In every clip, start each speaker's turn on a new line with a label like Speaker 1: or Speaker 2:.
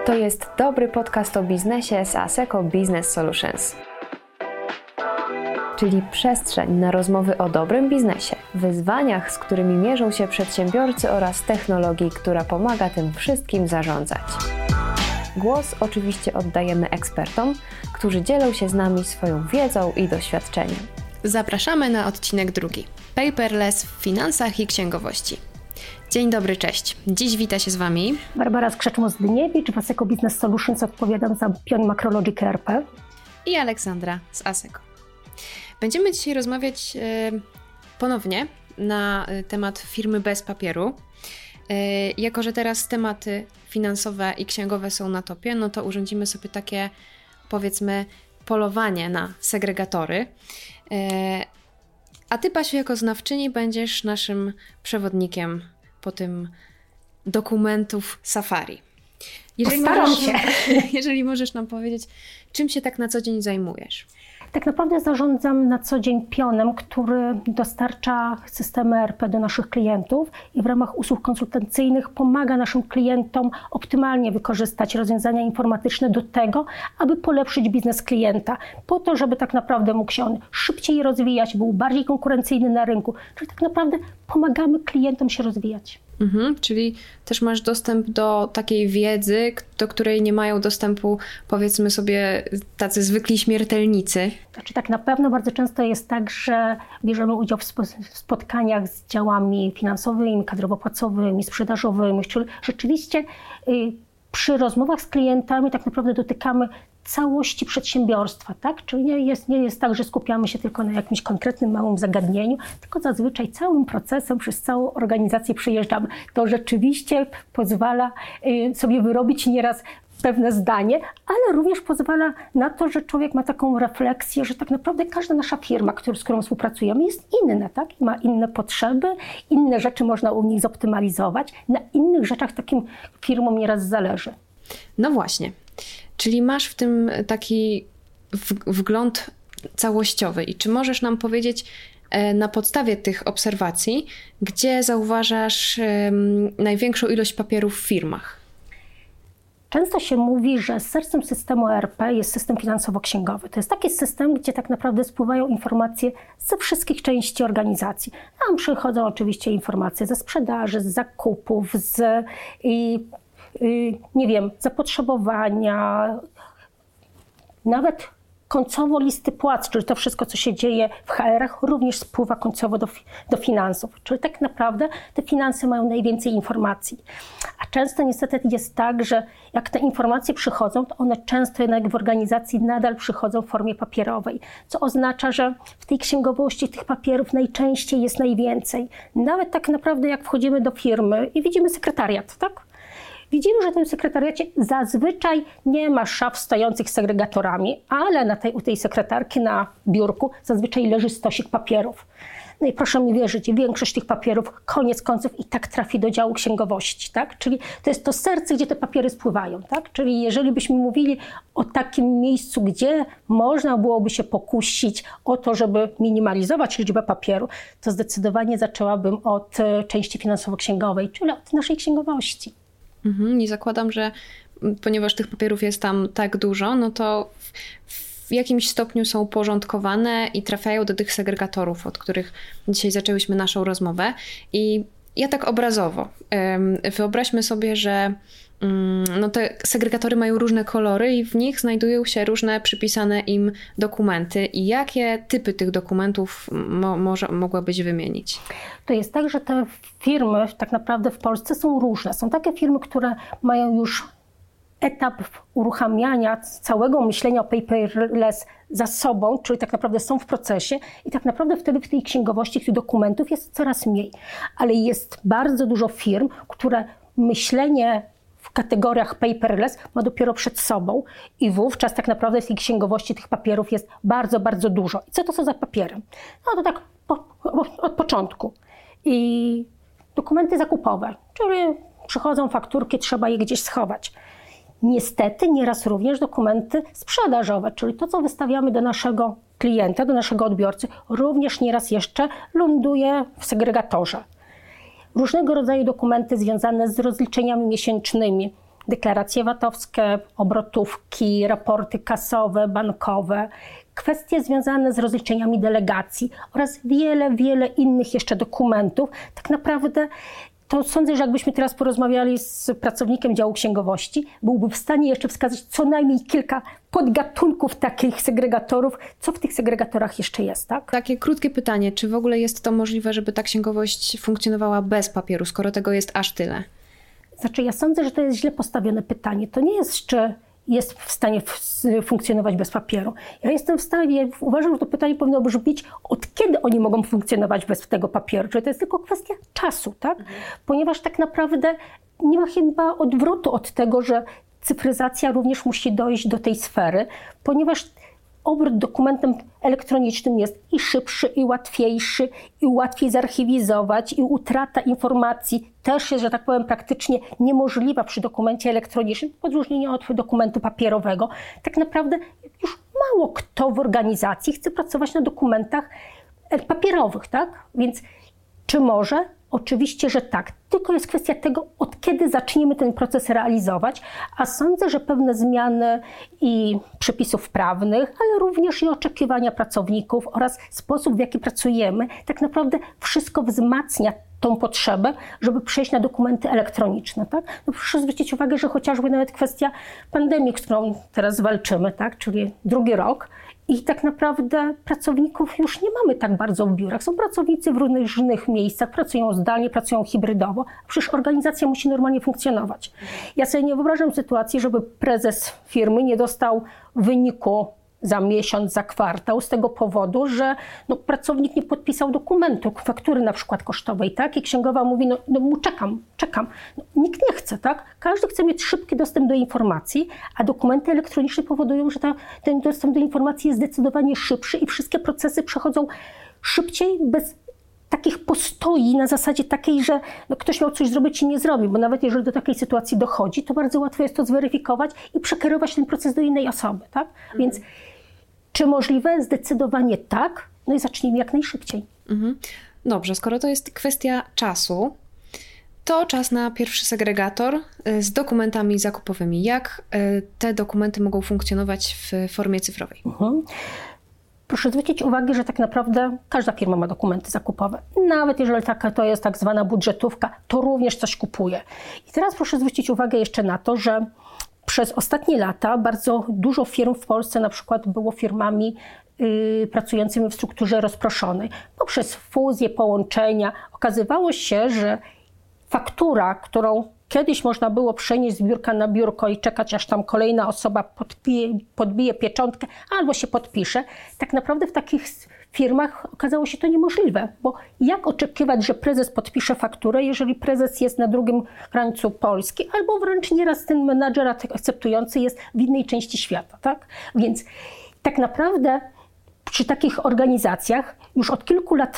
Speaker 1: To jest dobry podcast o biznesie z Asseco Business Solutions. Czyli przestrzeń na rozmowy o dobrym biznesie, wyzwaniach, z którymi mierzą się przedsiębiorcy oraz technologii, która pomaga tym wszystkim zarządzać. Głos oczywiście oddajemy ekspertom, którzy dzielą się z nami swoją wiedzą i doświadczeniem.
Speaker 2: Zapraszamy na odcinek 2. Paperless w finansach i księgowości. Dzień dobry, cześć. Dziś wita się z Wami
Speaker 3: Barbara Skrzeczmos-Dyniewicz, w Asseco Business Solutions odpowiadam za pion Macrologic ERP.
Speaker 2: I Aleksandra z Asseco. Będziemy dzisiaj rozmawiać ponownie na temat firmy bez papieru. Jako że teraz tematy finansowe i księgowe są na topie, no to urządzimy sobie takie, powiedzmy, polowanie na segregatory. A Ty, Basiu, jako znawczyni będziesz naszym przewodnikiem po tym dokumentów safari. Jeżeli możesz nam powiedzieć, czym się tak na co dzień zajmujesz?
Speaker 3: Tak naprawdę zarządzam na co dzień pionem, który dostarcza systemy ERP do naszych klientów i w ramach usług konsultacyjnych pomaga naszym klientom optymalnie wykorzystać rozwiązania informatyczne do tego, aby polepszyć biznes klienta, po to, żeby tak naprawdę mógł się on szybciej rozwijać, był bardziej konkurencyjny na rynku. Czyli tak naprawdę pomagamy klientom się rozwijać.
Speaker 2: Czyli też masz dostęp do takiej wiedzy, do której nie mają dostępu, powiedzmy sobie, tacy zwykli śmiertelnicy.
Speaker 3: Znaczy tak na pewno bardzo często jest tak, że bierzemy udział w spotkaniach z działami finansowymi, kadrowo-płacowymi, sprzedażowymi, czyli rzeczywiście przy rozmowach z klientami tak naprawdę dotykamy całości przedsiębiorstwa, tak? Czyli nie jest tak, że skupiamy się tylko na jakimś konkretnym małym zagadnieniu, tylko zazwyczaj całym procesem przez całą organizację przyjeżdżamy. To rzeczywiście pozwala sobie wyrobić nieraz pewne zdanie, ale również pozwala na to, że człowiek ma taką refleksję, że tak naprawdę każda nasza firma, z którą współpracujemy, jest inna, tak? Ma inne potrzeby, inne rzeczy można u nich zoptymalizować. Na innych rzeczach takim firmom nieraz zależy.
Speaker 2: No właśnie. Czyli masz w tym taki wgląd całościowy. I czy możesz nam powiedzieć na podstawie tych obserwacji, gdzie zauważasz największą ilość papierów w firmach?
Speaker 3: Często się mówi, że sercem systemu ERP jest system finansowo-księgowy. To jest taki system, gdzie tak naprawdę spływają informacje ze wszystkich części organizacji. Tam przychodzą oczywiście informacje ze sprzedaży, z zakupów, zapotrzebowania, nawet końcowo listy płac, czyli to wszystko, co się dzieje w HR-ach, również spływa końcowo do finansów. Czyli tak naprawdę te finanse mają najwięcej informacji. A często niestety jest tak, że jak te informacje przychodzą, to one często jednak w organizacji nadal przychodzą w formie papierowej, co oznacza, że w tej księgowości tych papierów najczęściej jest najwięcej. Nawet tak naprawdę jak wchodzimy do firmy i widzimy sekretariat, tak? Widzimy, że w tym sekretariacie zazwyczaj nie ma szaf stojących z segregatorami, ale u tej sekretarki na biurku zazwyczaj leży stosik papierów. No i proszę mi wierzyć, większość tych papierów koniec końców i tak trafi do działu księgowości, tak? Czyli to jest to serce, gdzie te papiery spływają, tak? Czyli jeżeli byśmy mówili o takim miejscu, gdzie można byłoby się pokusić o to, żeby minimalizować liczbę papieru, to zdecydowanie zaczęłabym od części finansowo-księgowej, czyli od naszej księgowości.
Speaker 2: I zakładam, że ponieważ tych papierów jest tam tak dużo, no to w jakimś stopniu są porządkowane i trafiają do tych segregatorów, od których dzisiaj zaczęłyśmy naszą rozmowę. I ja tak obrazowo, wyobraźmy sobie, że te segregatory mają różne kolory i w nich znajdują się różne przypisane im dokumenty. I jakie typy tych dokumentów mogłabyś wymienić?
Speaker 3: To jest tak, że te firmy tak naprawdę w Polsce są różne. Są takie firmy, które mają już etap uruchamiania całego myślenia o paperless za sobą, czyli tak naprawdę są w procesie i tak naprawdę wtedy w tej księgowości tych dokumentów jest coraz mniej. Ale jest bardzo dużo firm, które myślenie w kategoriach paperless ma dopiero przed sobą i wówczas tak naprawdę w tej księgowości tych papierów jest bardzo, bardzo dużo. I co to są za papiery? No to tak od początku. I dokumenty zakupowe, czyli przychodzą fakturki, trzeba je gdzieś schować. Niestety nieraz również dokumenty sprzedażowe, czyli to, co wystawiamy do naszego klienta, do naszego odbiorcy, również nieraz jeszcze ląduje w segregatorze. Różnego rodzaju dokumenty związane z rozliczeniami miesięcznymi, deklaracje VAT-owskie, obrotówki, raporty kasowe, bankowe, kwestie związane z rozliczeniami delegacji oraz wiele innych jeszcze dokumentów. Tak naprawdę to sądzę, że jakbyśmy teraz porozmawiali z pracownikiem działu księgowości, byłby w stanie jeszcze wskazać co najmniej kilka podgatunków takich segregatorów, co w tych segregatorach jeszcze jest, tak?
Speaker 2: Takie krótkie pytanie, czy w ogóle jest to możliwe, żeby ta księgowość funkcjonowała bez papieru, skoro tego jest aż tyle?
Speaker 3: Znaczy, ja sądzę, że to jest źle postawione pytanie. To nie jest, czy jest w stanie funkcjonować bez papieru. Uważam, że to pytanie powinno brzmieć, od kiedy oni mogą funkcjonować bez tego papieru. Czyli to jest tylko kwestia czasu, tak? Ponieważ tak naprawdę nie ma chyba odwrotu od tego, że cyfryzacja również musi dojść do tej sfery, ponieważ obrót dokumentem elektronicznym jest i szybszy, i łatwiejszy, i łatwiej zarchiwizować, i utrata informacji też jest, że tak powiem, praktycznie niemożliwa przy dokumencie elektronicznym, w odróżnieniu od dokumentu papierowego. Tak naprawdę już mało kto w organizacji chce pracować na dokumentach papierowych, tak? Więc czy może? Oczywiście, że tak. Tylko jest kwestia tego, od kiedy zaczniemy ten proces realizować, a sądzę, że pewne zmiany i przepisów prawnych, ale również i oczekiwania pracowników oraz sposób, w jaki pracujemy, tak naprawdę wszystko wzmacnia tą potrzebę, żeby przejść na dokumenty elektroniczne. Tak? No proszę zwrócić uwagę, że chociażby nawet kwestia pandemii, z którą teraz walczymy, tak? Czyli drugi rok, i tak naprawdę pracowników już nie mamy tak bardzo w biurach. Są pracownicy w różnych miejscach, pracują zdalnie, pracują hybrydowo. Przecież organizacja musi normalnie funkcjonować. Ja sobie nie wyobrażam sytuacji, żeby prezes firmy nie dostał wyniku za miesiąc, za kwartał z tego powodu, że pracownik nie podpisał dokumentu, faktury na przykład kosztowej, tak? I księgowa mówi, czekam. Nikt nie chce, tak? Każdy chce mieć szybki dostęp do informacji, a dokumenty elektroniczne powodują, że ten dostęp do informacji jest zdecydowanie szybszy i wszystkie procesy przechodzą szybciej, bez takich postoi na zasadzie takiej, że ktoś miał coś zrobić i nie zrobił, bo nawet jeżeli do takiej sytuacji dochodzi, to bardzo łatwo jest to zweryfikować i przekierować ten proces do innej osoby, tak? Więc czy możliwe? Zdecydowanie tak. No i zacznijmy jak najszybciej.
Speaker 2: Dobrze, skoro to jest kwestia czasu, to czas na pierwszy segregator z dokumentami zakupowymi. Jak te dokumenty mogą funkcjonować w formie cyfrowej?
Speaker 3: Proszę zwrócić uwagę, że tak naprawdę każda firma ma dokumenty zakupowe. Nawet jeżeli to jest tak zwana budżetówka, to również coś kupuje. I teraz proszę zwrócić uwagę jeszcze na to, że przez ostatnie lata bardzo dużo firm w Polsce na przykład było firmami pracującymi w strukturze rozproszonej. Poprzez fuzje, połączenia okazywało się, że faktura, którą kiedyś można było przenieść z biurka na biurko i czekać, aż tam kolejna osoba podbije pieczątkę albo się podpisze, tak naprawdę w takich firmach okazało się to niemożliwe, bo jak oczekiwać, że prezes podpisze fakturę, jeżeli prezes jest na drugim krańcu Polski, albo wręcz nieraz ten menadżer akceptujący jest w innej części świata, tak? Więc tak naprawdę przy takich organizacjach już od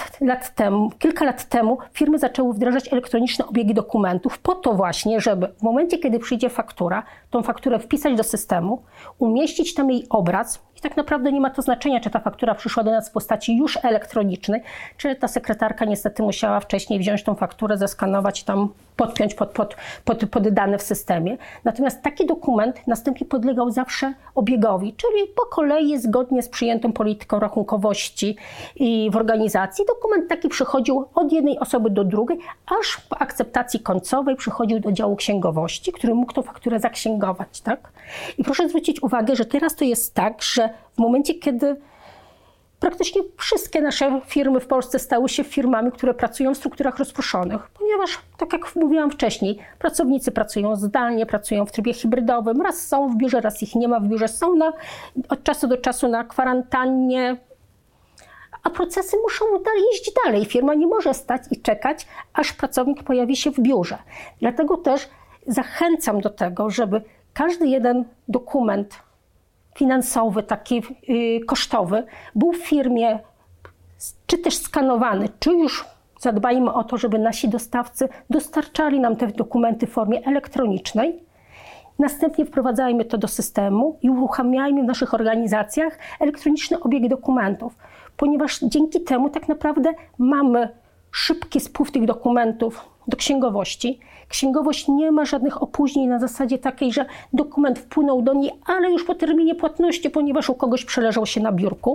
Speaker 3: kilka lat temu firmy zaczęły wdrażać elektroniczne obiegi dokumentów po to właśnie, żeby w momencie, kiedy przyjdzie faktura, tą fakturę wpisać do systemu, umieścić tam jej obraz i tak naprawdę nie ma to znaczenia, czy ta faktura przyszła do nas w postaci już elektronicznej, czy ta sekretarka niestety musiała wcześniej wziąć tą fakturę, zeskanować i tam podpiąć pod dane w systemie. Natomiast taki dokument następnie podlegał zawsze obiegowi, czyli po kolei zgodnie z przyjętą polityką rachunkowości i w organizacji dokument taki przychodził od jednej osoby do drugiej, aż po akceptacji końcowej przychodził do działu księgowości, który mógł tą fakturę zaksięgować, tak? I proszę zwrócić uwagę, że teraz to jest tak, że w momencie, kiedy praktycznie wszystkie nasze firmy w Polsce stały się firmami, które pracują w strukturach rozproszonych, ponieważ, tak jak mówiłam wcześniej, pracownicy pracują zdalnie, pracują w trybie hybrydowym, raz są w biurze, raz ich nie ma w biurze, są od czasu do czasu na kwarantannie, a procesy muszą iść dalej. Firma nie może stać i czekać, aż pracownik pojawi się w biurze. Dlatego też zachęcam do tego, żeby każdy jeden dokument finansowy, taki kosztowy, był w firmie czy też skanowany, czy już zadbajmy o to, żeby nasi dostawcy dostarczali nam te dokumenty w formie elektronicznej. Następnie wprowadzajmy to do systemu i uruchamiajmy w naszych organizacjach elektroniczne obiegi dokumentów, ponieważ dzięki temu tak naprawdę mamy szybki spływ tych dokumentów do księgowości. Księgowość nie ma żadnych opóźnień na zasadzie takiej, że dokument wpłynął do niej, ale już po terminie płatności, ponieważ u kogoś przeleżał się na biurku.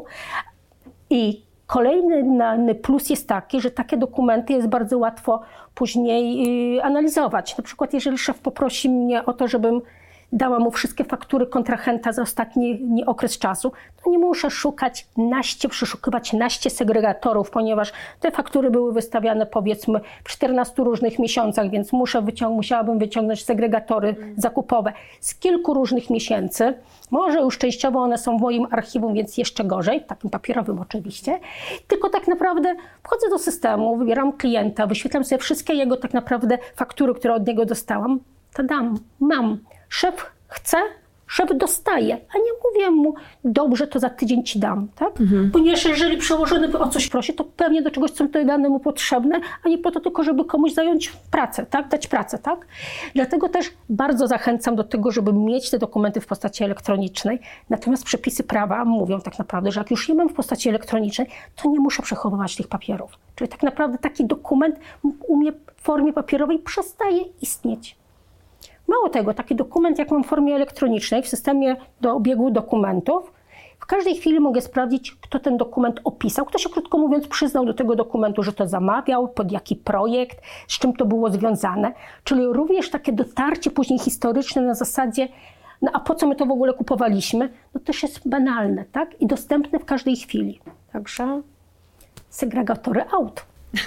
Speaker 3: I kolejny plus jest taki, że takie dokumenty jest bardzo łatwo później analizować. Na przykład jeżeli szef poprosi mnie o to, żebym dała mu wszystkie faktury kontrahenta za ostatni okres czasu, to nie muszę przeszukiwać naście segregatorów, ponieważ te faktury były wystawiane powiedzmy w 14 różnych miesiącach, więc musiałabym wyciągnąć segregatory zakupowe z kilku różnych miesięcy. Może już częściowo one są w moim archiwum, więc jeszcze gorzej, takim papierowym oczywiście. Tylko tak naprawdę wchodzę do systemu, wybieram klienta, wyświetlam sobie wszystkie jego tak naprawdę faktury, które od niego dostałam, to mam. Szef chce, szef dostaje, a nie mówię mu, dobrze, to za tydzień ci dam, tak? Ponieważ jeżeli przełożony o coś prosi, to pewnie do czegoś są te dane mu potrzebne, a nie po to tylko, żeby komuś zająć pracę, tak? Dać pracę, tak? Dlatego też bardzo zachęcam do tego, żeby mieć te dokumenty w postaci elektronicznej, natomiast przepisy prawa mówią tak naprawdę, że jak już je mam w postaci elektronicznej, to nie muszę przechowywać tych papierów. Czyli tak naprawdę taki dokument u mnie w formie papierowej przestaje istnieć. Mało tego, taki dokument, jak mam w formie elektronicznej, w systemie do obiegu dokumentów, w każdej chwili mogę sprawdzić, kto ten dokument opisał. Kto się, krótko mówiąc, przyznał do tego dokumentu, że to zamawiał, pod jaki projekt, z czym to było związane. Czyli również takie dotarcie później historyczne na zasadzie, no a po co my to w ogóle kupowaliśmy, no też jest banalne, tak? I dostępne w każdej chwili. Także segregatory out.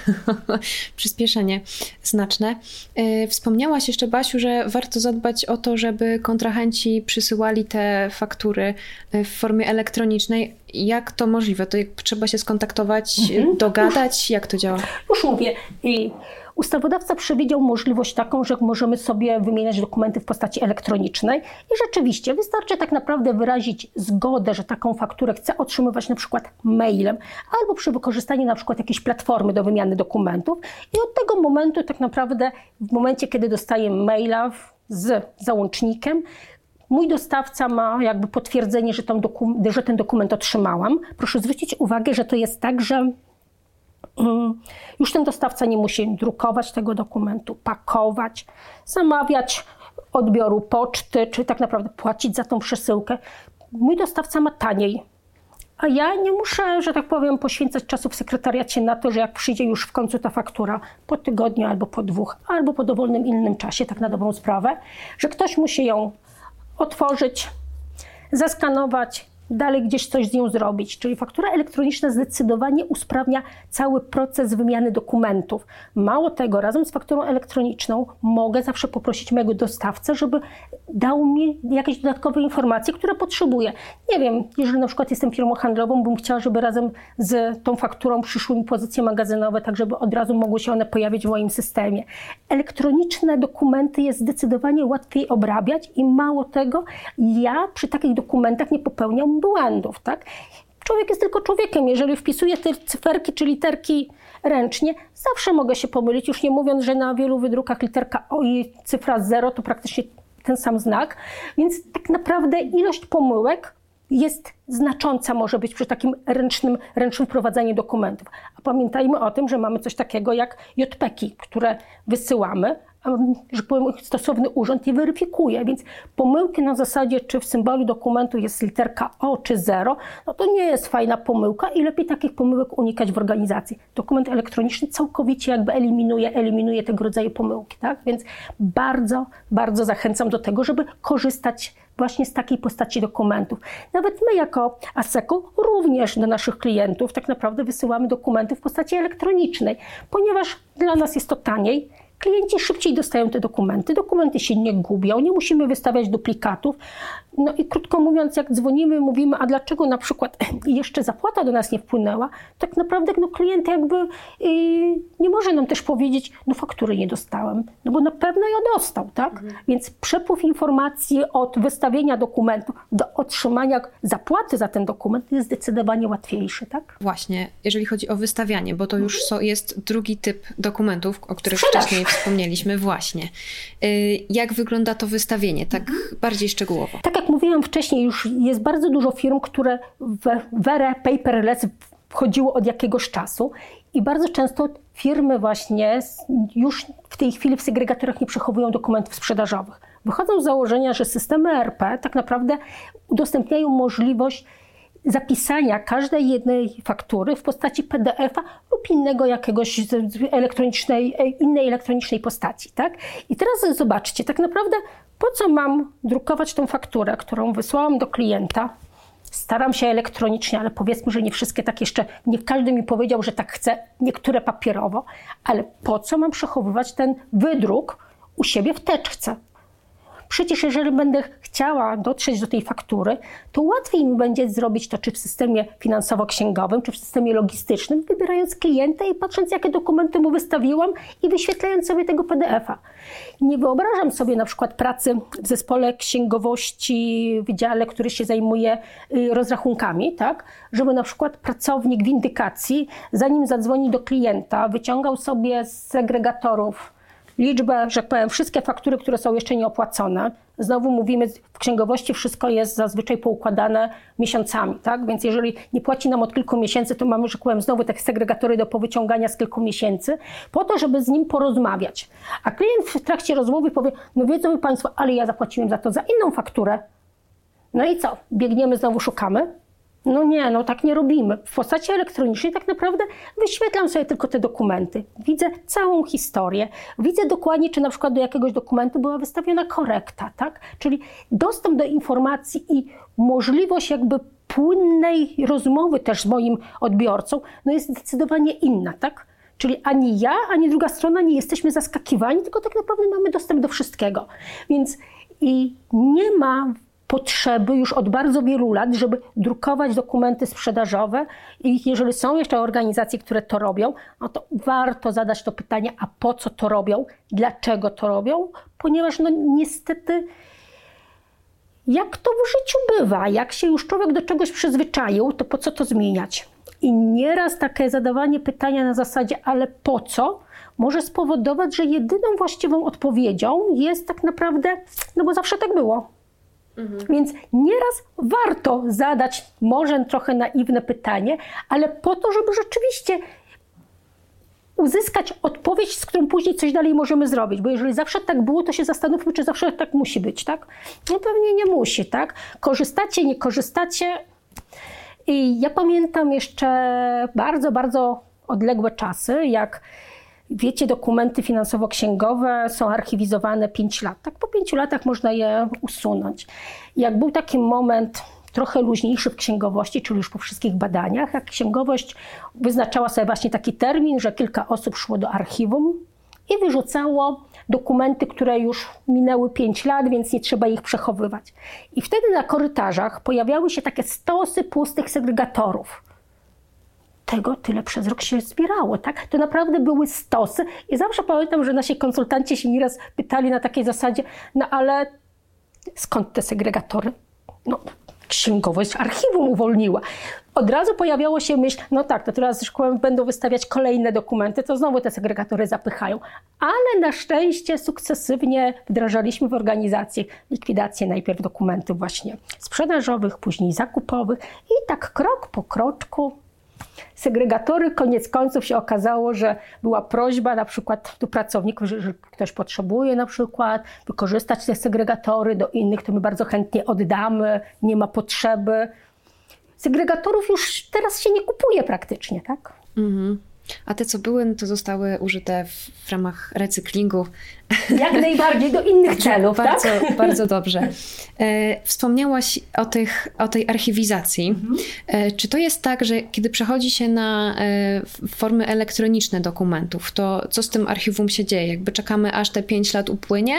Speaker 2: Przyspieszenie znaczne. Wspomniałaś jeszcze, Basiu, że warto zadbać o to, żeby kontrahenci przysyłali te faktury w formie elektronicznej. Jak to możliwe? To jak trzeba się skontaktować, dogadać? Jak to działa?
Speaker 3: Już mówię. Ustawodawca przewidział możliwość taką, że możemy sobie wymieniać dokumenty w postaci elektronicznej i rzeczywiście wystarczy tak naprawdę wyrazić zgodę, że taką fakturę chcę otrzymywać na przykład mailem albo przy wykorzystaniu na przykład jakiejś platformy do wymiany dokumentów i od tego momentu tak naprawdę w momencie, kiedy dostaję maila z załącznikiem, mój dostawca ma jakby potwierdzenie, że ten dokument otrzymałam. Proszę zwrócić uwagę, że to jest tak, że już ten dostawca nie musi drukować tego dokumentu, pakować, zamawiać odbioru poczty, czy tak naprawdę płacić za tą przesyłkę. Mój dostawca ma taniej, a ja nie muszę, że tak powiem, poświęcać czasu w sekretariacie na to, że jak przyjdzie już w końcu ta faktura po tygodniu albo po 2, albo po dowolnym innym czasie, tak na dobrą sprawę, że ktoś musi ją otworzyć, zaskanować, dalej gdzieś coś z nią zrobić. Czyli faktura elektroniczna zdecydowanie usprawnia cały proces wymiany dokumentów. Mało tego, razem z fakturą elektroniczną mogę zawsze poprosić mojego dostawcę, żeby dał mi jakieś dodatkowe informacje, które potrzebuję. Nie wiem, jeżeli na przykład jestem firmą handlową, bym chciała, żeby razem z tą fakturą przyszły mi pozycje magazynowe, tak żeby od razu mogły się one pojawić w moim systemie. Elektroniczne dokumenty jest zdecydowanie łatwiej obrabiać i mało tego, ja przy takich dokumentach nie popełniam błędów, tak? Człowiek jest tylko człowiekiem. Jeżeli wpisuję te cyferki czy literki ręcznie, zawsze mogę się pomylić, już nie mówiąc, że na wielu wydrukach literka O i cyfra 0 to praktycznie ten sam znak, więc tak naprawdę ilość pomyłek jest znacząca, może być przy takim ręcznym wprowadzaniu dokumentów. A pamiętajmy o tym, że mamy coś takiego jak JPEG-i, które wysyłamy, a że powiem, stosowny urząd je weryfikuje, więc pomyłki na zasadzie, czy w symbolu dokumentu jest literka O czy 0, no to nie jest fajna pomyłka i lepiej takich pomyłek unikać w organizacji. Dokument elektroniczny całkowicie jakby eliminuje tego rodzaju pomyłki, tak? Więc bardzo, bardzo zachęcam do tego, żeby korzystać właśnie z takiej postaci dokumentów. Nawet my jako ASECO również do naszych klientów tak naprawdę wysyłamy dokumenty w postaci elektronicznej, ponieważ dla nas jest to taniej. Klienci szybciej dostają te dokumenty się nie gubią, nie musimy wystawiać duplikatów. No i krótko mówiąc, jak dzwonimy, mówimy, a dlaczego na przykład jeszcze zapłata do nas nie wpłynęła, tak naprawdę klient jakby nie może nam też powiedzieć, no faktury nie dostałem, no bo na pewno ją dostał, tak? Więc przepływ informacji od wystawienia dokumentu do otrzymania zapłaty za ten dokument jest zdecydowanie łatwiejszy, tak?
Speaker 2: Właśnie, jeżeli chodzi o wystawianie, bo to już jest drugi typ dokumentów, o których wcześniej wspomnieliśmy, właśnie. Jak wygląda to wystawienie, tak bardziej szczegółowo?
Speaker 3: Tak jak mówiłam wcześniej, już jest bardzo dużo firm, które w erę paperless wchodziło od jakiegoś czasu i bardzo często firmy właśnie już w tej chwili w segregatorach nie przechowują dokumentów sprzedażowych. Wychodzą z założenia, że systemy ERP tak naprawdę udostępniają możliwość zapisania każdej jednej faktury w postaci PDF-a lub innej elektronicznej postaci. Tak? I teraz zobaczcie, tak naprawdę po co mam drukować tą fakturę, którą wysłałam do klienta? Staram się elektronicznie, ale powiedzmy, że nie wszystkie tak jeszcze, nie każdy mi powiedział, że tak chce, niektóre papierowo, ale po co mam przechowywać ten wydruk u siebie w teczce? Przecież jeżeli będę chciała dotrzeć do tej faktury, to łatwiej mi będzie zrobić to czy w systemie finansowo-księgowym, czy w systemie logistycznym, wybierając klienta i patrząc, jakie dokumenty mu wystawiłam i wyświetlając sobie tego PDF-a. Nie wyobrażam sobie na przykład pracy w zespole księgowości, w wydziale, który się zajmuje rozrachunkami, tak? Żeby na przykład pracownik windykacji, zanim zadzwoni do klienta, wyciągał sobie z segregatorów liczbę, że powiem, wszystkie faktury, które są jeszcze nieopłacone. Znowu mówimy, w księgowości wszystko jest zazwyczaj poukładane miesiącami, tak? Więc jeżeli nie płaci nam od kilku miesięcy, to mamy, że powiem, znowu te segregatory do powyciągania z kilku miesięcy, po to, żeby z nim porozmawiać. A klient w trakcie rozmowy powie, no wiedzą Państwo, ale ja zapłaciłem za to za inną fakturę. No i co? Biegniemy, znowu szukamy? No nie, no tak nie robimy. W postaci elektronicznej tak naprawdę wyświetlam sobie tylko te dokumenty. Widzę całą historię. Widzę dokładnie, czy na przykład do jakiegoś dokumentu była wystawiona korekta, tak? Czyli dostęp do informacji i możliwość jakby płynnej rozmowy też z moim odbiorcą, no jest zdecydowanie inna, tak? Czyli ani ja, ani druga strona nie jesteśmy zaskakiwani, tylko tak naprawdę mamy dostęp do wszystkiego. Więc i nie ma potrzeby już od bardzo wielu lat, żeby drukować dokumenty sprzedażowe i jeżeli są jeszcze organizacje, które to robią, no to warto zadać to pytanie, a po co to robią, dlaczego to robią, ponieważ no niestety jak to w życiu bywa, jak się już człowiek do czegoś przyzwyczaił, to po co to zmieniać? I nieraz takie zadawanie pytania na zasadzie, ale po co, może spowodować, że jedyną właściwą odpowiedzią jest tak naprawdę, no bo zawsze tak było. Więc nieraz warto zadać może trochę naiwne pytanie, ale po to, żeby rzeczywiście uzyskać odpowiedź, z którą później coś dalej możemy zrobić. Bo jeżeli zawsze tak było, to się zastanówmy, czy zawsze tak musi być, tak? No pewnie nie musi, tak? Korzystacie, nie korzystacie. I ja pamiętam jeszcze bardzo, bardzo odległe czasy, jak wiecie, dokumenty finansowo-księgowe są archiwizowane 5 lat. Tak po 5 latach można je usunąć. Jak był taki moment trochę luźniejszy w księgowości, czyli już po wszystkich badaniach, jak księgowość wyznaczała sobie właśnie taki termin, że kilka osób szło do archiwum i wyrzucało dokumenty, które już minęły 5 lat, więc nie trzeba ich przechowywać. I wtedy na korytarzach pojawiały się takie stosy pustych segregatorów. Tego tyle przez rok się zbierało, tak? To naprawdę były stosy i zawsze pamiętam, że nasi konsultanci się nieraz pytali na takiej zasadzie, no ale skąd te segregatory? No, księgowość archiwum uwolniła. Od razu pojawiało się myśl, no tak, to teraz będą wystawiać kolejne dokumenty, to znowu te segregatory zapychają. Ale na szczęście sukcesywnie wdrażaliśmy w organizacji likwidację najpierw dokumentów właśnie sprzedażowych, później zakupowych i tak krok po kroczku segregatory, koniec końców się okazało, że była prośba na przykład do pracowników, że ktoś potrzebuje na przykład wykorzystać te segregatory, do innych to my bardzo chętnie oddamy, nie ma potrzeby. Segregatorów już teraz się nie kupuje praktycznie, tak?
Speaker 2: A te, co były, no to zostały użyte w ramach recyklingu.
Speaker 3: Jak najbardziej, do innych celów,
Speaker 2: bardzo,
Speaker 3: tak?
Speaker 2: Bardzo dobrze. Wspomniałaś o tej archiwizacji. Czy to jest tak, że kiedy przechodzi się na formy elektroniczne dokumentów, to co z tym archiwum się dzieje? Jakby czekamy, aż te 5 lat upłynie,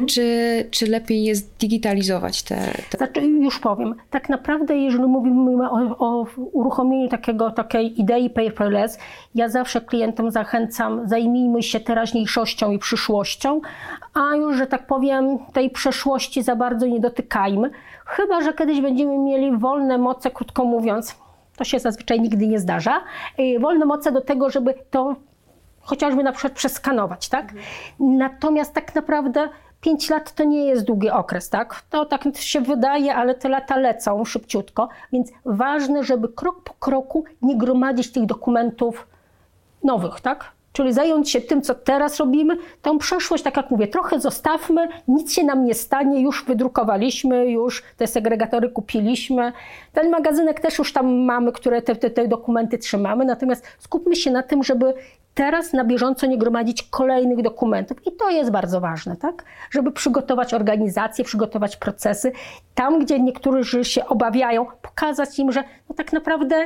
Speaker 2: czy lepiej jest digitalizować te...
Speaker 3: Znaczy, już powiem. Tak naprawdę, jeżeli mówimy o uruchomieniu takiej idei paperless, ja zawsze klientom zachęcam, zajmijmy się teraźniejszością i przyszłością, a już, że tak powiem, tej przeszłości za bardzo nie dotykajmy. Chyba że kiedyś będziemy mieli wolne moce, krótko mówiąc, to się zazwyczaj nigdy nie zdarza, wolne moce do tego, żeby to chociażby na przykład przeskanować, tak? Natomiast tak naprawdę 5 lat to nie jest długi okres, tak? To tak się wydaje, ale te lata lecą szybciutko, więc ważne, żeby krok po kroku nie gromadzić tych dokumentów nowych, tak? Czyli zająć się tym, co teraz robimy, tą przeszłość, tak jak mówię, trochę zostawmy, nic się nam nie stanie, już wydrukowaliśmy, już te segregatory kupiliśmy. Ten magazynek też już tam mamy, które te dokumenty trzymamy, natomiast skupmy się na tym, żeby teraz na bieżąco nie gromadzić kolejnych dokumentów. I to jest bardzo ważne, tak? Żeby przygotować organizację, przygotować procesy. Tam, gdzie niektórzy się obawiają, pokazać im, że no tak naprawdę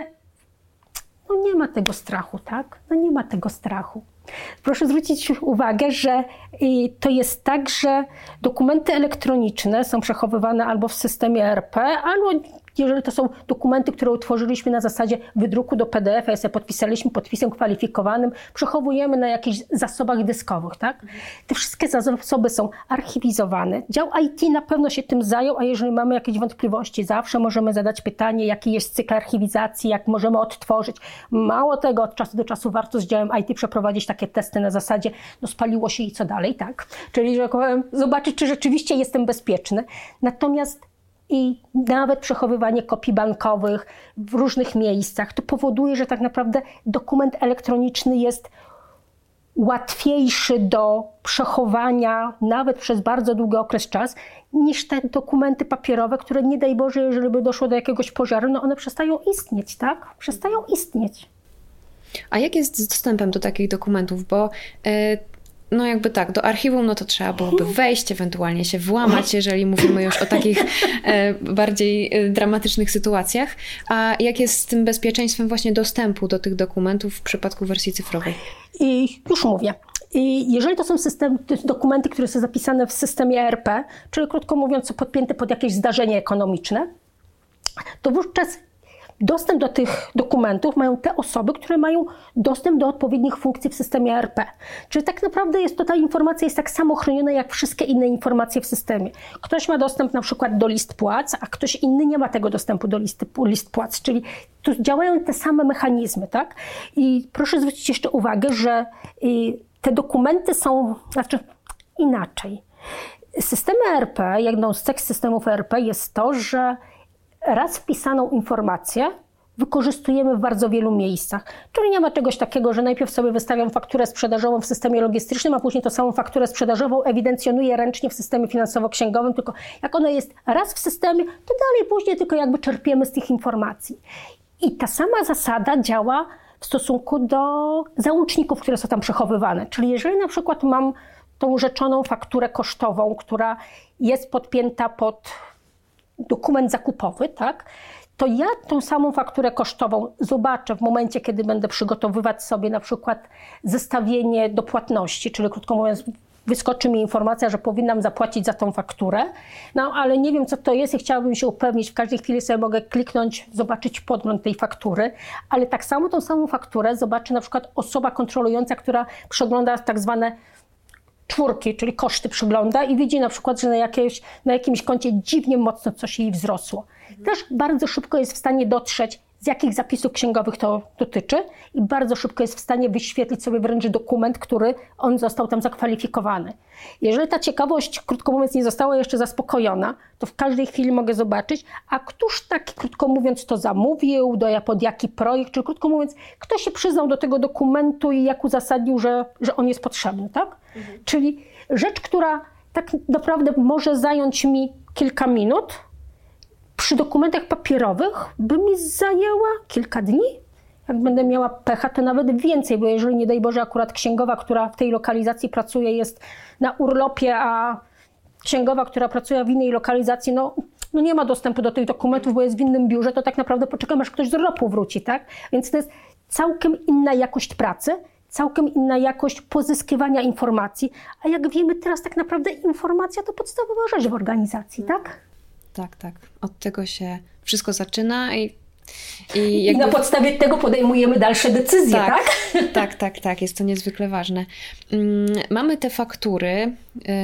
Speaker 3: nie ma tego strachu, tak? No nie ma tego strachu. Proszę zwrócić uwagę, że to jest tak, że dokumenty elektroniczne są przechowywane albo w systemie ERP, albo jeżeli to są dokumenty, które utworzyliśmy na zasadzie wydruku do PDF-a, ja sobie podpisaliśmy podpisem kwalifikowanym, przechowujemy na jakichś zasobach dyskowych, tak? Te wszystkie zasoby są archiwizowane. Dział IT na pewno się tym zajął, a jeżeli mamy jakieś wątpliwości, zawsze możemy zadać pytanie, jaki jest cykl archiwizacji, jak możemy odtworzyć. Mało tego, od czasu do czasu warto z działem IT przeprowadzić takie testy na zasadzie, no spaliło się i co dalej, tak? Czyli, że powiem, zobaczyć, czy rzeczywiście jestem bezpieczny. Natomiast i nawet przechowywanie kopii bankowych w różnych miejscach, to powoduje, że tak naprawdę dokument elektroniczny jest łatwiejszy do przechowania nawet przez bardzo długi okres czasu niż te dokumenty papierowe, które nie daj Boże, jeżeli by doszło do jakiegoś pożaru, no one przestają istnieć, tak? Przestają istnieć.
Speaker 2: A jak jest z dostępem do takich dokumentów? Bo no jakby tak, do archiwum no to trzeba byłoby wejść, ewentualnie się włamać, jeżeli mówimy już o takich bardziej dramatycznych sytuacjach. A jak jest z tym bezpieczeństwem właśnie dostępu do tych dokumentów w przypadku wersji cyfrowej?
Speaker 3: I już mówię. I jeżeli to są dokumenty, które są zapisane w systemie ERP, czyli krótko mówiąc są podpięte pod jakieś zdarzenie ekonomiczne, to wówczas dostęp do tych dokumentów mają te osoby, które mają dostęp do odpowiednich funkcji w systemie ERP. Czyli tak naprawdę ta informacja jest tak samo chroniona jak wszystkie inne informacje w systemie. Ktoś ma dostęp na przykład do list płac, a ktoś inny nie ma tego dostępu do list płac, czyli tu działają te same mechanizmy, tak? I proszę zwrócić jeszcze uwagę, że te dokumenty są, inaczej. Systemy ERP, jedną z cech systemów ERP jest to, że raz wpisaną informację wykorzystujemy w bardzo wielu miejscach. Czyli nie ma czegoś takiego, że najpierw sobie wystawiam fakturę sprzedażową w systemie logistycznym, a później tą samą fakturę sprzedażową ewidencjonuję ręcznie w systemie finansowo-księgowym, tylko jak ona jest raz w systemie, to dalej później tylko jakby czerpiemy z tych informacji. I ta sama zasada działa w stosunku do załączników, które są tam przechowywane. Czyli jeżeli na przykład mam tą rzeczoną fakturę kosztową, która jest podpięta pod dokument zakupowy, tak, to ja tą samą fakturę kosztową zobaczę w momencie, kiedy będę przygotowywać sobie na przykład zestawienie do płatności, czyli krótko mówiąc wyskoczy mi informacja, że powinnam zapłacić za tą fakturę, no ale nie wiem co to jest i chciałabym się upewnić, w każdej chwili sobie mogę kliknąć, zobaczyć podgląd tej faktury, ale tak samo tą samą fakturę zobaczy na przykład osoba kontrolująca, która przegląda tak zwane czwórki, czyli koszty przygląda i widzi na przykład, że na jakimś koncie dziwnie mocno coś jej wzrosło. Też bardzo szybko jest w stanie dotrzeć, z jakich zapisów księgowych to dotyczy i bardzo szybko jest w stanie wyświetlić sobie wręcz dokument, który on został tam zakwalifikowany. Jeżeli ta ciekawość, krótko mówiąc, nie została jeszcze zaspokojona, to w każdej chwili mogę zobaczyć, a któż taki, krótko mówiąc, to zamówił, pod jaki projekt, czy krótko mówiąc, kto się przyznał do tego dokumentu i jak uzasadnił, że on jest potrzebny, tak? Czyli rzecz, która tak naprawdę może zająć mi kilka minut, przy dokumentach papierowych by mi zajęła kilka dni. Jak będę miała pecha, to nawet więcej, bo jeżeli nie daj Boże akurat księgowa, która w tej lokalizacji pracuje, jest na urlopie, a księgowa, która pracuje w innej lokalizacji, no nie ma dostępu do tych dokumentów, bo jest w innym biurze, to tak naprawdę poczekam, aż ktoś z urlopu wróci, tak? Więc to jest całkiem inna jakość pracy, całkiem inna jakość pozyskiwania informacji, a jak wiemy teraz tak naprawdę informacja to podstawowa rzecz w organizacji, tak?
Speaker 2: Tak. Od tego się wszystko zaczyna i
Speaker 3: na podstawie tego podejmujemy dalsze decyzje, tak?
Speaker 2: Tak. Jest to niezwykle ważne. Mamy te faktury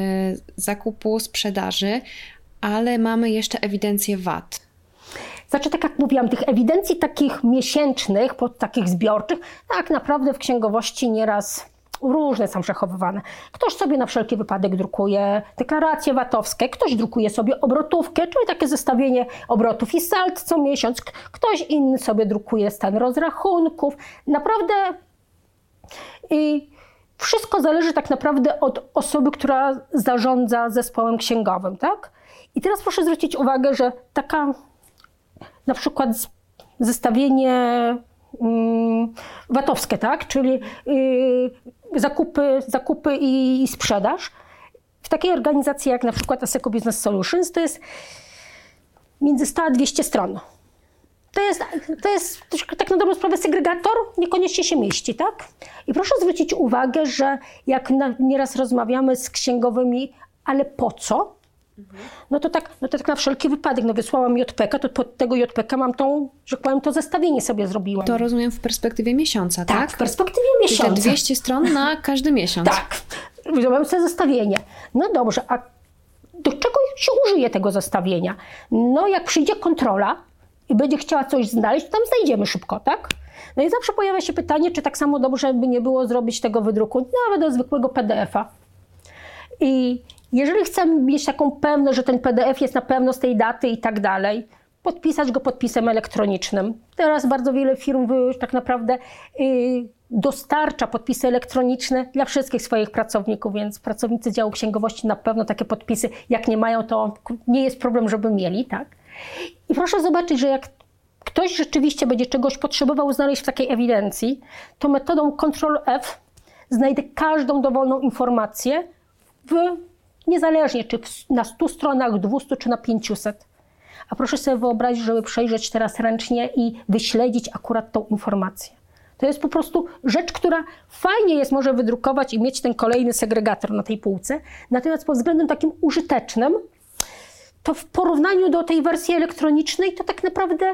Speaker 2: zakupu, sprzedaży, ale mamy jeszcze ewidencję VAT.
Speaker 3: Znaczy, tak jak mówiłam, tych ewidencji takich miesięcznych, takich zbiorczych, tak naprawdę w księgowości nieraz różne są przechowywane. Ktoś sobie na wszelki wypadek drukuje deklaracje VAT-owskie, ktoś drukuje sobie obrotówkę, czyli takie zestawienie obrotów i sald co miesiąc, ktoś inny sobie drukuje stan rozrachunków. Naprawdę wszystko zależy tak naprawdę od osoby, która zarządza zespołem księgowym, tak? I teraz proszę zwrócić uwagę, że taka na przykład zestawienie VAT-owskie, tak? Czyli zakupy i sprzedaż. W takiej organizacji jak na przykład Asseco Business Solutions to jest między 100 a 200 stron. To jest tak na dobrą sprawę segregator, niekoniecznie się mieści, tak? I proszę zwrócić uwagę, że jak nieraz rozmawiamy z księgowymi, ale po co? No to tak na wszelki wypadek, wysłałam JPK, to pod tego JPK mam że powiem, to zestawienie sobie zrobiłam.
Speaker 2: To rozumiem w perspektywie miesiąca, tak?
Speaker 3: Tak, w perspektywie miesiąca.
Speaker 2: Czyli te 200 stron na każdy miesiąc.
Speaker 3: Tak, zrobiłam sobie zestawienie. No dobrze, a do czego się użyje tego zestawienia? No jak przyjdzie kontrola i będzie chciała coś znaleźć, to tam znajdziemy szybko, tak? No i zawsze pojawia się pytanie, czy tak samo dobrze by nie było zrobić tego wydruku, nawet do zwykłego PDF-a. I jeżeli chcemy mieć taką pewność, że ten PDF jest na pewno z tej daty i tak dalej, podpisać go podpisem elektronicznym. Teraz bardzo wiele firm tak naprawdę dostarcza podpisy elektroniczne dla wszystkich swoich pracowników, więc pracownicy działu księgowości na pewno takie podpisy, jak nie mają, to nie jest problem, żeby mieli, tak? I proszę zobaczyć, że jak ktoś rzeczywiście będzie czegoś potrzebował znaleźć w takiej ewidencji, to metodą Ctrl+F znajdę każdą dowolną informację niezależnie czy na 100 stronach, 200 czy na 500. A proszę sobie wyobrazić, żeby przejrzeć teraz ręcznie i wyśledzić akurat tą informację. To jest po prostu rzecz, która fajnie jest może wydrukować i mieć ten kolejny segregator na tej półce. Natomiast pod względem takim użytecznym, to w porównaniu do tej wersji elektronicznej, to tak naprawdę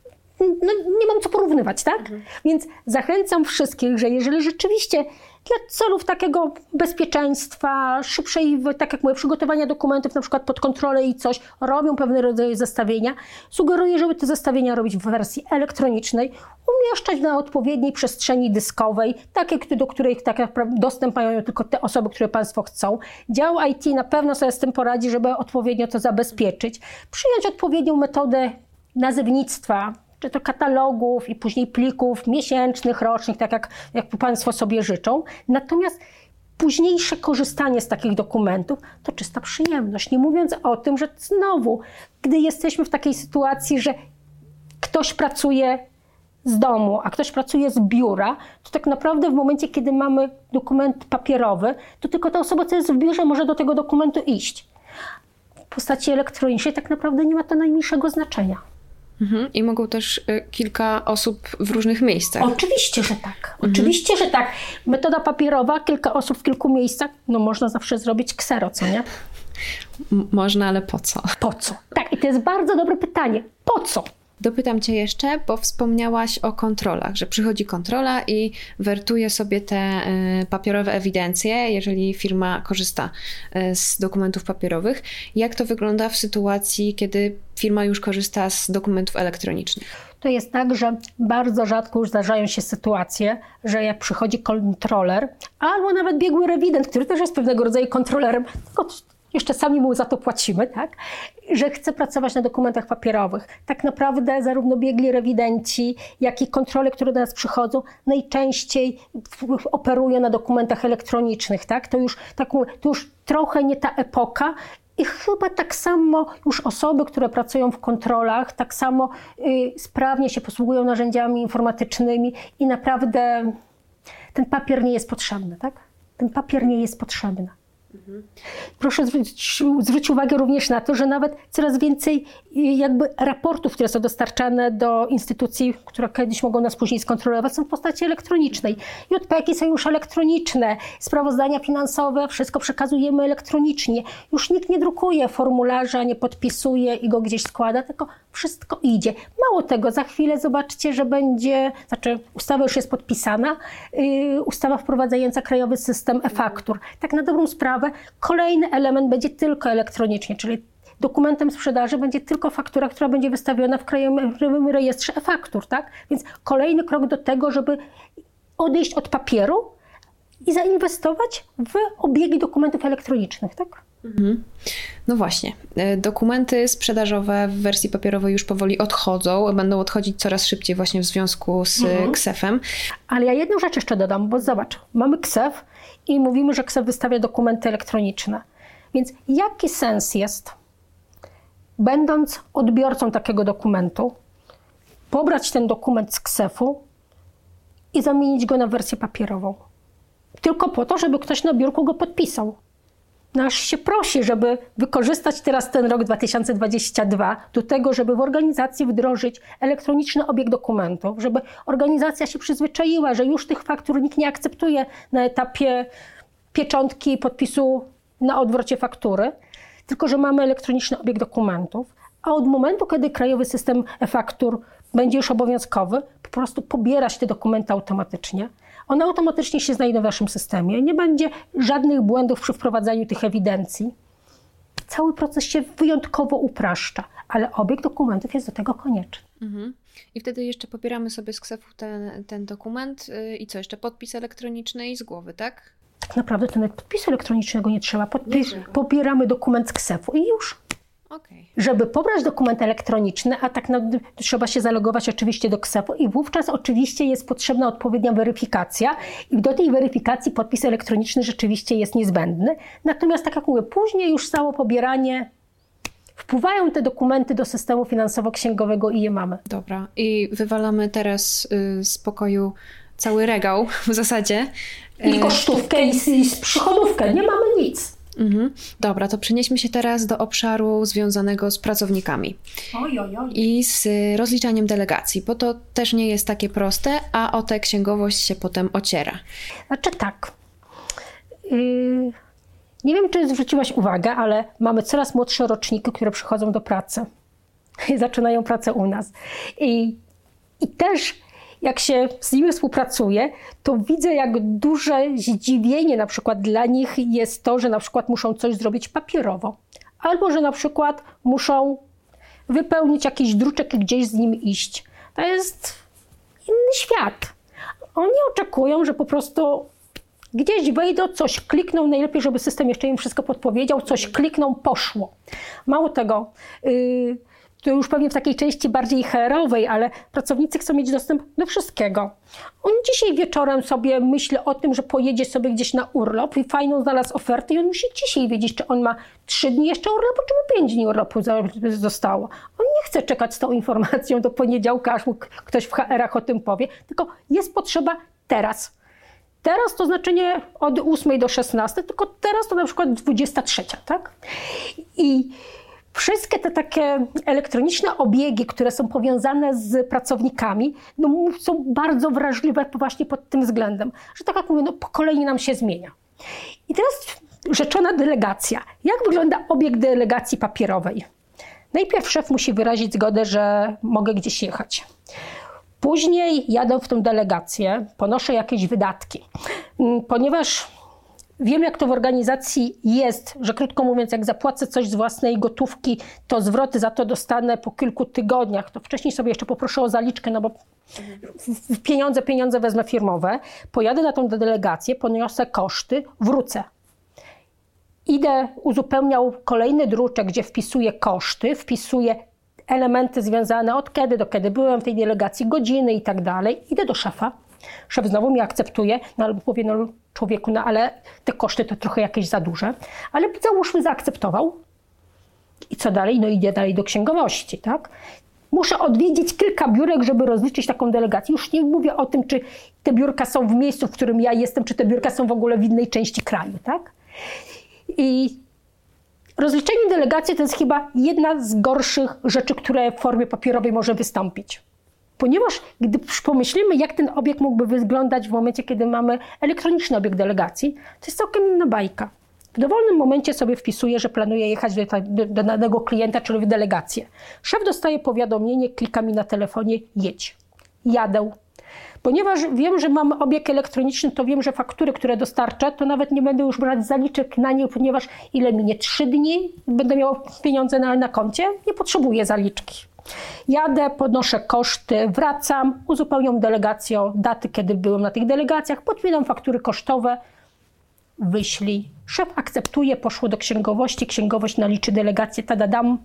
Speaker 3: nie mam co porównywać, tak? Więc zachęcam wszystkich, że jeżeli rzeczywiście dla celów takiego bezpieczeństwa, szybszej, tak jak mówię, przygotowania dokumentów na przykład pod kontrolę i coś, robią pewne rodzaje zestawienia, sugeruję, żeby te zestawienia robić w wersji elektronicznej, umieszczać na odpowiedniej przestrzeni dyskowej, do której tak naprawdę dostęp mają tylko te osoby, które Państwo chcą. Dział IT na pewno sobie z tym poradzi, żeby odpowiednio to zabezpieczyć. Przyjąć odpowiednią metodę nazewnictwa, czy to katalogów i później plików miesięcznych, rocznych, tak jak Państwo sobie życzą. Natomiast późniejsze korzystanie z takich dokumentów to czysta przyjemność. Nie mówiąc o tym, że znowu, gdy jesteśmy w takiej sytuacji, że ktoś pracuje z domu, a ktoś pracuje z biura, to tak naprawdę w momencie, kiedy mamy dokument papierowy, to tylko ta osoba, co jest w biurze, może do tego dokumentu iść. W postaci elektronicznej tak naprawdę nie ma to najmniejszego znaczenia.
Speaker 2: I mogą też kilka osób w różnych miejscach.
Speaker 3: Oczywiście, że tak. Oczywiście, że tak. Metoda papierowa, kilka osób w kilku miejscach, można zawsze zrobić ksero, co nie?
Speaker 2: Można, ale po co?
Speaker 3: Po co? Tak, i to jest bardzo dobre pytanie. Po co?
Speaker 2: Dopytam Cię jeszcze, bo wspomniałaś o kontrolach, że przychodzi kontrola i wertuje sobie te papierowe ewidencje, jeżeli firma korzysta z dokumentów papierowych. Jak to wygląda w sytuacji, kiedy firma już korzysta z dokumentów elektronicznych?
Speaker 3: To jest tak, że bardzo rzadko już zdarzają się sytuacje, że jak przychodzi kontroler, albo nawet biegły rewident, który też jest pewnego rodzaju kontrolerem, tylko jeszcze sami mu za to płacimy, tak? Że chce pracować na dokumentach papierowych. Tak naprawdę zarówno biegli rewidenci, jak i kontrole, które do nas przychodzą, najczęściej operują na dokumentach elektronicznych, tak? To już trochę nie ta epoka. I chyba tak samo już osoby, które pracują w kontrolach, tak samo sprawnie się posługują narzędziami informatycznymi i naprawdę ten papier nie jest potrzebny, tak? Ten papier nie jest potrzebny. Proszę zwrócić uwagę również na to, że nawet coraz więcej jakby raportów, które są dostarczane do instytucji, które kiedyś mogą nas później skontrolować, są w postaci elektronicznej. JPK-i są już elektroniczne, sprawozdania finansowe, wszystko przekazujemy elektronicznie. Już nikt nie drukuje formularza, nie podpisuje i go gdzieś składa, tylko wszystko idzie. Mało tego, za chwilę zobaczcie, że ustawa już jest podpisana, ustawa wprowadzająca krajowy system e-faktur. Tak na dobrą sprawę, kolejny element będzie tylko elektronicznie, czyli dokumentem sprzedaży będzie tylko faktura, która będzie wystawiona w Krajowym Rejestrze e-Faktur, tak? Więc kolejny krok do tego, żeby odejść od papieru i zainwestować w obiegi dokumentów elektronicznych, tak?
Speaker 2: No właśnie, dokumenty sprzedażowe w wersji papierowej już powoli odchodzą, będą odchodzić coraz szybciej właśnie w związku z KSeF-em.
Speaker 3: Ale ja jedną rzecz jeszcze dodam, bo zobacz, mamy KSeF i mówimy, że KSeF wystawia dokumenty elektroniczne. Więc jaki sens jest, będąc odbiorcą takiego dokumentu, pobrać ten dokument z KSeF-u i zamienić go na wersję papierową? Tylko po to, żeby ktoś na biurku go podpisał. No aż się prosi, żeby wykorzystać teraz ten rok 2022 do tego, żeby w organizacji wdrożyć elektroniczny obieg dokumentów, żeby organizacja się przyzwyczaiła, że już tych faktur nikt nie akceptuje na etapie pieczątki i podpisu na odwrocie faktury, tylko że mamy elektroniczny obieg dokumentów, a od momentu, kiedy krajowy system e-faktur będzie już obowiązkowy, po prostu pobierać te dokumenty automatycznie. One automatycznie się znajdą w naszym systemie. Nie będzie żadnych błędów przy wprowadzaniu tych ewidencji. Cały proces się wyjątkowo upraszcza, ale obieg dokumentów jest do tego konieczny.
Speaker 2: I wtedy jeszcze pobieramy sobie z KSeF-u ten dokument i co, jeszcze podpis elektroniczny i z głowy, tak?
Speaker 3: Tak naprawdę to nawet podpisu elektronicznego nie trzeba. Pobieramy dokument z KSeF-u i już.
Speaker 2: Okay.
Speaker 3: Żeby pobrać dokument elektroniczny, a tak trzeba się zalogować oczywiście do KSeF-u i wówczas oczywiście jest potrzebna odpowiednia weryfikacja i do tej weryfikacji podpis elektroniczny rzeczywiście jest niezbędny. Natomiast tak jak mówię, później już samo pobieranie, wpływają te dokumenty do systemu finansowo-księgowego i je mamy.
Speaker 2: Dobra. I wywalamy teraz z pokoju cały regał w zasadzie.
Speaker 3: I kosztówkę i przychodówkę. Nie mamy nic.
Speaker 2: Dobra, to przenieśmy się teraz do obszaru związanego z pracownikami i z rozliczaniem delegacji, bo to też nie jest takie proste, a o tę księgowość się potem ociera.
Speaker 3: Znaczy tak, nie wiem, czy zwróciłaś uwagę, ale mamy coraz młodsze roczniki, które przychodzą do pracy i zaczynają pracę u nas. I też jak się z nimi współpracuje, to widzę, jak duże zdziwienie na przykład dla nich jest to, że na przykład muszą coś zrobić papierowo. Albo, że na przykład muszą wypełnić jakiś druczek i gdzieś z nim iść. To jest inny świat. Oni oczekują, że po prostu gdzieś wejdą, coś klikną, najlepiej, żeby system jeszcze im wszystko podpowiedział, coś klikną, poszło. Mało tego, to już pewnie w takiej części bardziej HR-owej, ale pracownicy chcą mieć dostęp do wszystkiego. On dzisiaj wieczorem sobie myśli o tym, że pojedzie sobie gdzieś na urlop i fajną znalazł ofertę i on musi dzisiaj wiedzieć, czy on ma 3 dni jeszcze urlopu, czy mu 5 dni urlopu zostało. On nie chce czekać z tą informacją do poniedziałka, aż mu ktoś w HR-ach o tym powie, tylko jest potrzeba teraz. Teraz to znaczy nie od 8 do 16, tylko teraz to na przykład 23, tak? I wszystkie te takie elektroniczne obiegi, które są powiązane z pracownikami, są bardzo wrażliwe właśnie pod tym względem, że tak jak mówię, pokolenie nam się zmienia. I teraz rzeczona delegacja. Jak wygląda obieg delegacji papierowej? Najpierw szef musi wyrazić zgodę, że mogę gdzieś jechać. Później jadę w tą delegację, ponoszę jakieś wydatki, ponieważ wiem, jak to w organizacji jest, że krótko mówiąc, jak zapłacę coś z własnej gotówki, to zwroty za to dostanę po kilku tygodniach. To wcześniej sobie jeszcze poproszę o zaliczkę, no bo pieniądze wezmę firmowe. Pojadę na tą delegację, poniosę koszty, wrócę. Idę, uzupełniał kolejny druczek, gdzie wpisuję koszty, wpisuję elementy związane od kiedy do kiedy byłem w tej delegacji, godziny i tak dalej. Idę do szefa. Szef znowu mnie akceptuje, albo powie, człowieku, ale te koszty to trochę jakieś za duże. Ale załóżmy, zaakceptował. I co dalej? Idę dalej do księgowości, tak? Muszę odwiedzić kilka biurek, żeby rozliczyć taką delegację. Już nie mówię o tym, czy te biurka są w miejscu, w którym ja jestem, czy te biurka są w ogóle w innej części kraju, tak? I rozliczenie delegacji to jest chyba jedna z gorszych rzeczy, które w formie papierowej może wystąpić. Ponieważ gdy pomyślimy, jak ten obieg mógłby wyglądać w momencie, kiedy mamy elektroniczny obieg delegacji, to jest całkiem inna bajka. W dowolnym momencie sobie wpisuję, że planuję jechać do danego klienta, czyli w delegację. Szef dostaje powiadomienie, klika mi na telefonie, jedź. Jadę. Ponieważ wiem, że mam obieg elektroniczny, to wiem, że faktury, które dostarczę, to nawet nie będę już brać zaliczek na nie, ponieważ ile minie 3 dni, będę miała pieniądze na koncie, nie potrzebuję zaliczki. Jadę, podnoszę koszty, wracam, uzupełniam delegację o daty, kiedy byłem na tych delegacjach, podpinam faktury kosztowe, wyślij. Szef akceptuje, poszło do księgowości, księgowość naliczy delegację, tadadam.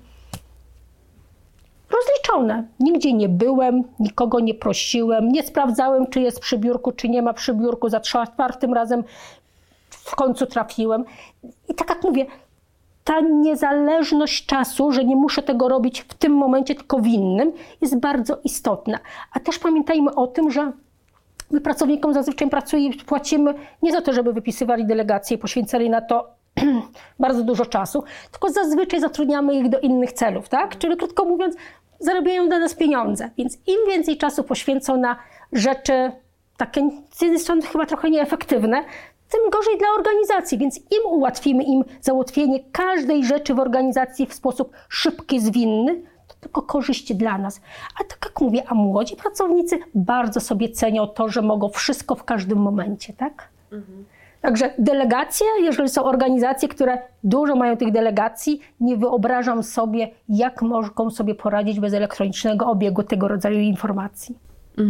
Speaker 3: Rozliczone. Nigdzie nie byłem, nikogo nie prosiłem, nie sprawdzałem, czy jest przy biurku, czy nie ma przy biurku. Za 4. razem w końcu trafiłem. I tak jak mówię, ta niezależność czasu, że nie muszę tego robić w tym momencie, tylko w innym, jest bardzo istotna. A też pamiętajmy o tym, że my pracownikom zazwyczaj płacimy nie za to, żeby wypisywali delegacje i poświęcali na to bardzo dużo czasu, tylko zazwyczaj zatrudniamy ich do innych celów, tak? Czyli krótko mówiąc, zarabiają dla nas pieniądze, więc im więcej czasu poświęcą na rzeczy takie, z jednej strony chyba trochę nieefektywne, tym gorzej dla organizacji, więc im ułatwimy im załatwienie każdej rzeczy w organizacji w sposób szybki, zwinny, to tylko korzyść dla nas. A tak jak mówię, a młodzi pracownicy bardzo sobie cenią to, że mogą wszystko w każdym momencie, tak? Także delegacje, jeżeli są organizacje, które dużo mają tych delegacji, nie wyobrażam sobie, jak mogą sobie poradzić bez elektronicznego obiegu tego rodzaju informacji.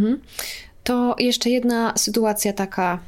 Speaker 2: To jeszcze jedna sytuacja taka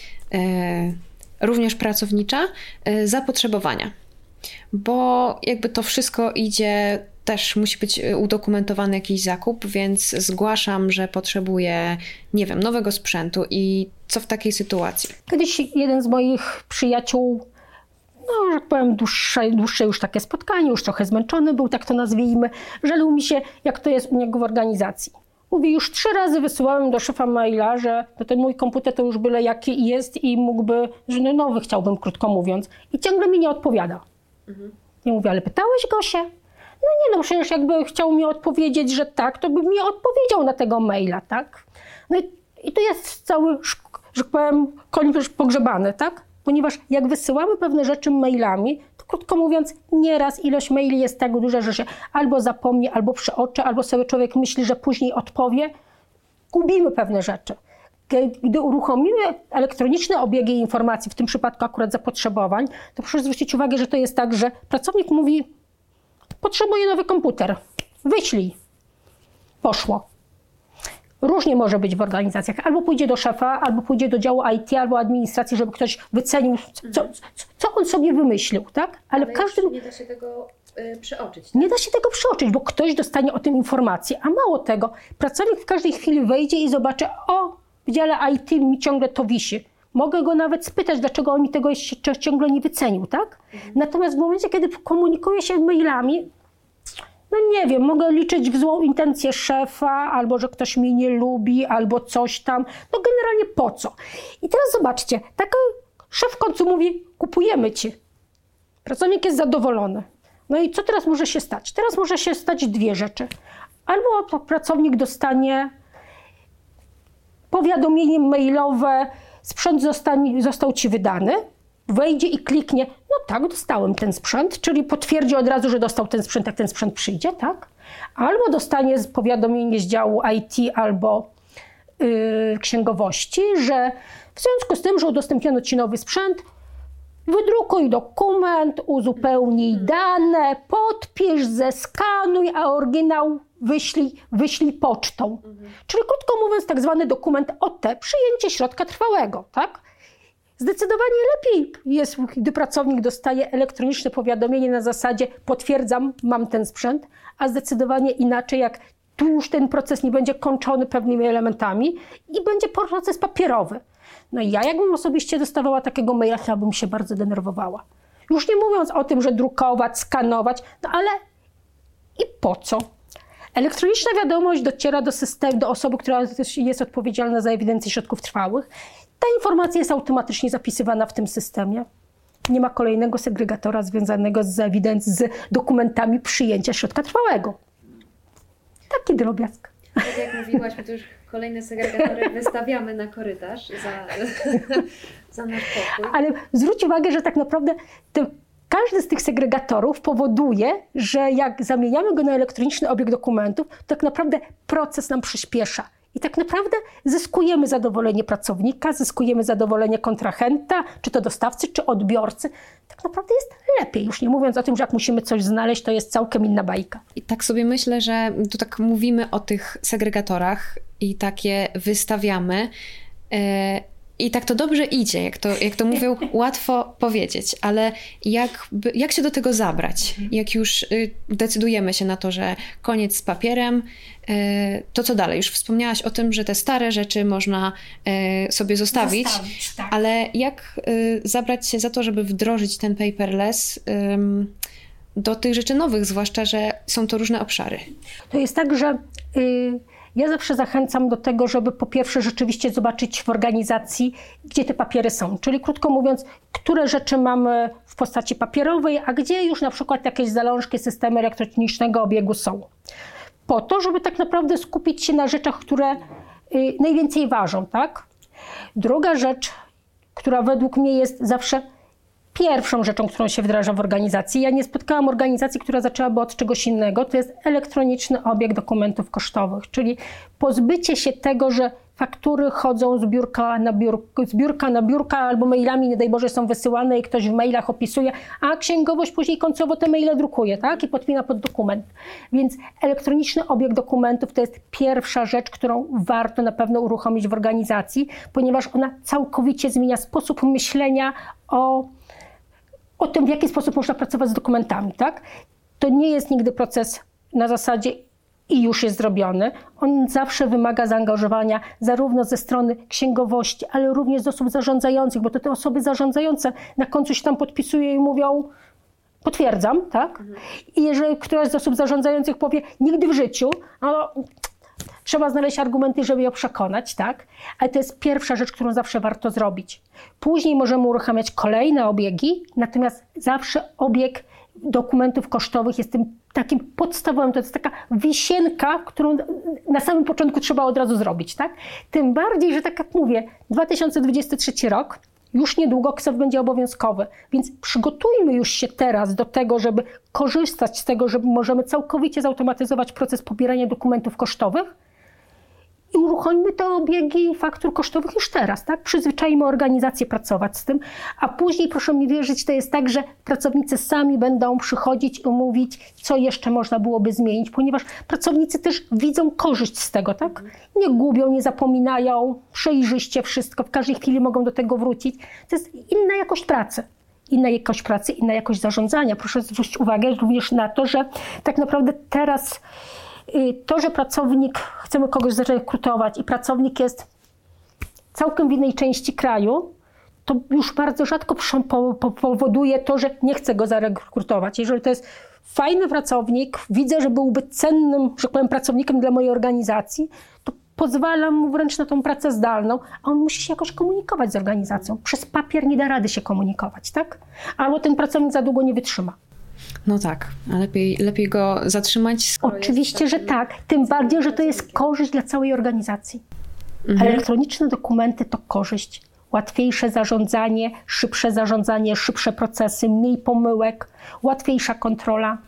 Speaker 2: również pracownicza, zapotrzebowania. Bo jakby to wszystko idzie, też musi być udokumentowany jakiś zakup, więc zgłaszam, że potrzebuję, nie wiem, nowego sprzętu i co w takiej sytuacji?
Speaker 3: Kiedyś jeden z moich przyjaciół, no, że powiem, dłuższe już takie spotkanie, już trochę zmęczony był, tak to nazwijmy, żalił mi się, jak to jest u niego w organizacji. Mówi, już 3 razy wysyłałem do szefa maila, że ten mój komputer to już byle jaki jest i mógłby, że nowy chciałbym, krótko mówiąc. I ciągle mi nie odpowiada. Ja mówię, ale pytałeś go się? No nie, no przecież jakby chciał mi odpowiedzieć, że tak, to by mi odpowiedział na tego maila, tak? No i tu jest cały, że powiem, koń pogrzebany, tak? Ponieważ jak wysyłamy pewne rzeczy mailami, to krótko mówiąc, nieraz ilość maili jest tak duża, że się albo zapomni, albo przeoczy, albo sobie człowiek myśli, że później odpowie. Gubimy pewne rzeczy. Gdy uruchomimy elektroniczne obiegi informacji, w tym przypadku akurat zapotrzebowań, to proszę zwrócić uwagę, że to jest tak, że pracownik mówi, potrzebuję nowy komputer, wyślij. Poszło. Różnie może być w organizacjach. Albo pójdzie do szefa, albo pójdzie do działu IT, albo administracji, żeby ktoś wycenił, co on sobie wymyślił, tak? Ale w każdym...
Speaker 2: nie da się tego przeoczyć. Tak?
Speaker 3: Nie da się tego przeoczyć, bo ktoś dostanie o tym informację, a mało tego, pracownik w każdej chwili wejdzie i zobaczy, o, w dziale IT mi ciągle to wisi. Mogę go nawet spytać, dlaczego on mi tego jeszcze ciągle nie wycenił, tak? Natomiast w momencie, kiedy komunikuję się mailami, no nie wiem, mogę liczyć w złą intencję szefa, albo że ktoś mnie nie lubi, albo coś tam. No generalnie po co? I teraz zobaczcie, taki szef w końcu mówi, kupujemy ci. Pracownik jest zadowolony. No i co teraz może się stać? Teraz może się stać 2 rzeczy. Albo pracownik dostanie powiadomienie mailowe, sprzęt został ci wydany, wejdzie i kliknie, no tak, dostałem ten sprzęt, czyli potwierdzi od razu, że dostał ten sprzęt, jak ten sprzęt przyjdzie, tak? Albo dostanie powiadomienie z działu IT albo księgowości, że w związku z tym, że udostępniono ci nowy sprzęt, wydrukuj dokument, uzupełnij dane, podpisz, zeskanuj, a oryginał wyślij pocztą. Czyli krótko mówiąc, tak zwany dokument OT, przyjęcie środka trwałego, tak? Zdecydowanie lepiej jest, gdy pracownik dostaje elektroniczne powiadomienie na zasadzie potwierdzam, mam ten sprzęt, a zdecydowanie inaczej, jak tu już ten proces nie będzie kończony pewnymi elementami i będzie proces papierowy. No i ja jakbym osobiście dostawała takiego maila, to bym się bardzo denerwowała. Już nie mówiąc o tym, że drukować, skanować, no ale i po co? Elektroniczna wiadomość dociera do systemu, do osoby, która jest odpowiedzialna za ewidencję środków trwałych. Ta informacja jest automatycznie zapisywana w tym systemie. Nie ma kolejnego segregatora związanego z dokumentami przyjęcia środka trwałego. Taki drobiazg.
Speaker 2: Tak jak mówiłaś, my tu już kolejne segregatory wystawiamy na korytarz za nasz pokój.
Speaker 3: Ale zwróć uwagę, że tak naprawdę każdy z tych segregatorów powoduje, że jak zamieniamy go na elektroniczny obieg dokumentów, to tak naprawdę proces nam przyspiesza. I tak naprawdę zyskujemy zadowolenie pracownika, zyskujemy zadowolenie kontrahenta, czy to dostawcy, czy odbiorcy. Tak naprawdę jest lepiej. Już nie mówiąc o tym, że jak musimy coś znaleźć, to jest całkiem inna bajka.
Speaker 2: I tak sobie myślę, że tu tak mówimy o tych segregatorach i takie wystawiamy. I tak to dobrze idzie, jak to mówią, łatwo powiedzieć, ale jak się do tego zabrać? Jak już decydujemy się na to, że koniec z papierem, to co dalej? Już wspomniałaś o tym, że te stare rzeczy można sobie zostawić, tak. Ale jak zabrać się za to, żeby wdrożyć ten paperless do tych rzeczy nowych, zwłaszcza, że są to różne obszary?
Speaker 3: To jest tak, że ja zawsze zachęcam do tego, żeby po pierwsze rzeczywiście zobaczyć w organizacji, gdzie te papiery są. Czyli krótko mówiąc, które rzeczy mamy w postaci papierowej, a gdzie już na przykład jakieś zalążki systemu elektronicznego obiegu są. Po to, żeby tak naprawdę skupić się na rzeczach, które najwięcej ważą, tak? Druga rzecz, która według mnie jest zawsze pierwszą rzeczą, którą się wdraża w organizacji. Ja nie spotkałam organizacji, która zaczęłaby od czegoś innego. To jest elektroniczny obieg dokumentów kosztowych, czyli pozbycie się tego, że faktury chodzą z biurka na biurka albo mailami, nie daj Boże, są wysyłane i ktoś w mailach opisuje, a księgowość później końcowo te maile drukuje, tak? I podpina pod dokument. Więc elektroniczny obieg dokumentów to jest pierwsza rzecz, którą warto na pewno uruchomić w organizacji, ponieważ ona całkowicie zmienia sposób myślenia o tym, w jaki sposób można pracować z dokumentami, tak? To nie jest nigdy proces na zasadzie i już jest zrobiony. On zawsze wymaga zaangażowania zarówno ze strony księgowości, ale również z osób zarządzających, bo to te osoby zarządzające na końcu się tam podpisują i mówią potwierdzam, tak? I jeżeli któraś z osób zarządzających powie nigdy w życiu, no, trzeba znaleźć argumenty, żeby ją przekonać, tak? Ale to jest pierwsza rzecz, którą zawsze warto zrobić. Później możemy uruchamiać kolejne obiegi, natomiast zawsze obieg dokumentów kosztowych jest tym takim podstawowym, to jest taka wisienka, którą na samym początku trzeba od razu zrobić, tak? Tym bardziej, że tak jak mówię, 2023 rok, już niedługo KSeF będzie obowiązkowy, więc przygotujmy już się teraz do tego, żeby korzystać z tego, że możemy całkowicie zautomatyzować proces pobierania dokumentów kosztowych i uruchomimy te obiegi faktur kosztowych już teraz, tak? Przyzwyczajmy organizację pracować z tym, a później, proszę mi wierzyć, to jest tak, że pracownicy sami będą przychodzić i mówić, co jeszcze można byłoby zmienić, ponieważ pracownicy też widzą korzyść z tego, tak? Nie gubią, nie zapominają, przejrzyście wszystko, w każdej chwili mogą do tego wrócić. To jest inna jakość pracy. Inna jakość zarządzania. Proszę zwrócić uwagę również na to, że tak naprawdę teraz to, że chcemy kogoś zarekrutować i pracownik jest całkiem w innej części kraju, to już bardzo rzadko powoduje to, że nie chcę go zarekrutować. Jeżeli to jest fajny pracownik, widzę, że byłby cennym, że powiem, pracownikiem dla mojej organizacji, to pozwalam mu wręcz na tą pracę zdalną, a on musi się jakoś komunikować z organizacją. Przez papier nie da rady się komunikować, tak? Albo ten pracownik za długo nie wytrzyma.
Speaker 2: No tak, a lepiej go zatrzymać.
Speaker 3: Oczywiście, że tak. Tym bardziej, że to jest korzyść dla całej organizacji. Elektroniczne dokumenty to korzyść. Łatwiejsze zarządzanie, szybsze procesy, mniej pomyłek, łatwiejsza kontrola.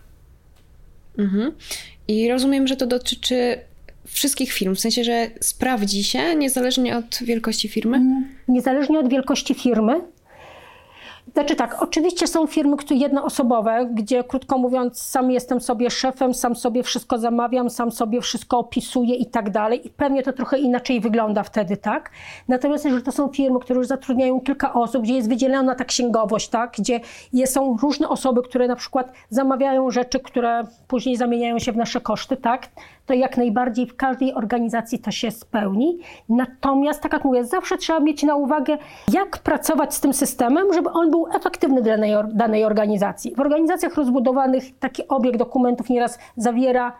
Speaker 2: I rozumiem, że to dotyczy wszystkich firm, w sensie, że sprawdzi się niezależnie od wielkości firmy?
Speaker 3: Niezależnie od wielkości firmy. Znaczy tak, oczywiście są firmy jednoosobowe, gdzie krótko mówiąc sam jestem sobie szefem, sam sobie wszystko zamawiam, sam sobie wszystko opisuję i tak dalej i pewnie to trochę inaczej wygląda wtedy, tak? Natomiast jeżeli to są firmy, które już zatrudniają kilka osób, gdzie jest wydzielona ta księgowość, tak? Gdzie są różne osoby, które na przykład zamawiają rzeczy, które później zamieniają się w nasze koszty, tak? To jak najbardziej w każdej organizacji to się spełni. Natomiast, tak jak mówię, zawsze trzeba mieć na uwagę, jak pracować z tym systemem, żeby on był efektywny dla danej organizacji. W organizacjach rozbudowanych taki obieg dokumentów nieraz zawiera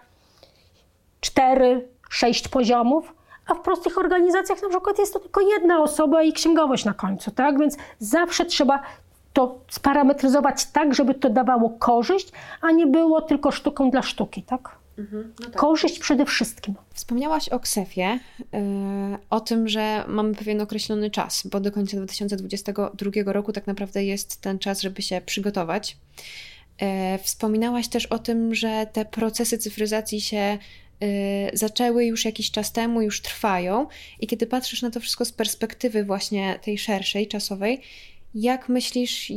Speaker 3: 4-6 poziomów, a w prostych organizacjach na przykład jest to tylko jedna osoba i księgowość na końcu, tak? Więc zawsze trzeba to sparametryzować tak, żeby to dawało korzyść, a nie było tylko sztuką dla sztuki, tak? No tak. Korzyść przede wszystkim.
Speaker 2: Wspomniałaś o KSeF-ie, o tym, że mamy pewien określony czas, bo do końca 2022 roku tak naprawdę jest ten czas, żeby się przygotować. Wspominałaś też o tym, że te procesy cyfryzacji się zaczęły już jakiś czas temu, już trwają i kiedy patrzysz na to wszystko z perspektywy właśnie tej szerszej, czasowej, jak myślisz,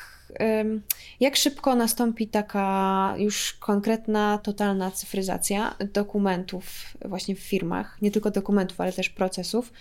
Speaker 2: jak szybko nastąpi taka już konkretna, totalna cyfryzacja dokumentów właśnie w firmach, nie tylko dokumentów, ale też procesów,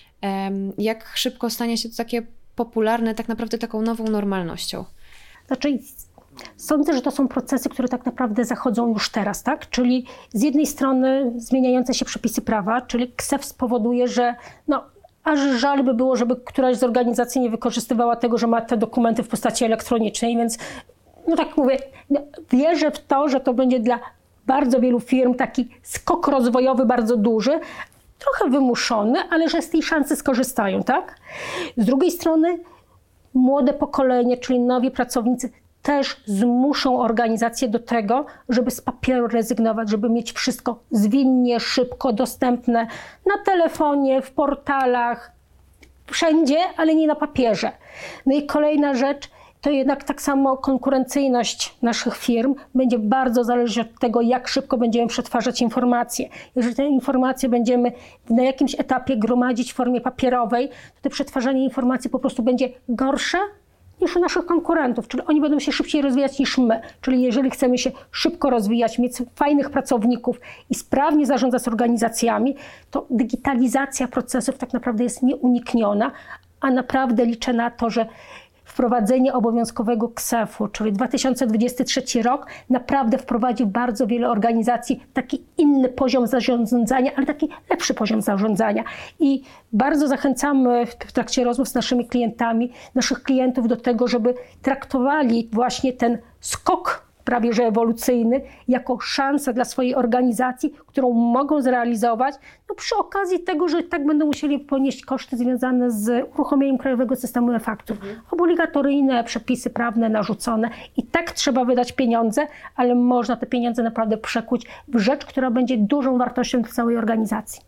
Speaker 2: jak szybko stanie się to takie popularne, tak naprawdę taką nową normalnością?
Speaker 3: Znaczy, sądzę, że to są procesy, które tak naprawdę zachodzą już teraz, tak? Czyli z jednej strony zmieniające się przepisy prawa, czyli KSeF spowoduje, że aż żal by było, żeby któraś z organizacji nie wykorzystywała tego, że ma te dokumenty w postaci elektronicznej, więc tak mówię, wierzę w to, że to będzie dla bardzo wielu firm taki skok rozwojowy bardzo duży, trochę wymuszony, ale że z tej szansy skorzystają, tak? Z drugiej strony młode pokolenie, czyli nowi pracownicy też zmuszą organizacje do tego, żeby z papieru rezygnować, żeby mieć wszystko zwinnie, szybko dostępne na telefonie, w portalach, wszędzie, ale nie na papierze. No i kolejna rzecz, to jednak tak samo konkurencyjność naszych firm będzie bardzo zależeć od tego, jak szybko będziemy przetwarzać informacje. Jeżeli te informacje będziemy na jakimś etapie gromadzić w formie papierowej, to to przetwarzanie informacji po prostu będzie gorsze niż u naszych konkurentów, czyli oni będą się szybciej rozwijać niż my. Czyli jeżeli chcemy się szybko rozwijać, mieć fajnych pracowników i sprawnie zarządzać organizacjami, to digitalizacja procesów tak naprawdę jest nieunikniona, a naprawdę liczę na to, że wprowadzenie obowiązkowego KSeF-u, czyli 2023 rok, naprawdę wprowadzi w bardzo wiele organizacji taki inny poziom zarządzania, ale taki lepszy poziom zarządzania. I bardzo zachęcamy w trakcie rozmów z naszymi klientami, naszych klientów do tego, żeby traktowali właśnie ten skok prawie że ewolucyjny, jako szansę dla swojej organizacji, którą mogą zrealizować, przy okazji tego, że tak będą musieli ponieść koszty związane z uruchomieniem Krajowego Systemu e-Faktur. Obligatoryjne przepisy prawne narzucone i tak trzeba wydać pieniądze, ale można te pieniądze naprawdę przekuć w rzecz, która będzie dużą wartością dla całej organizacji.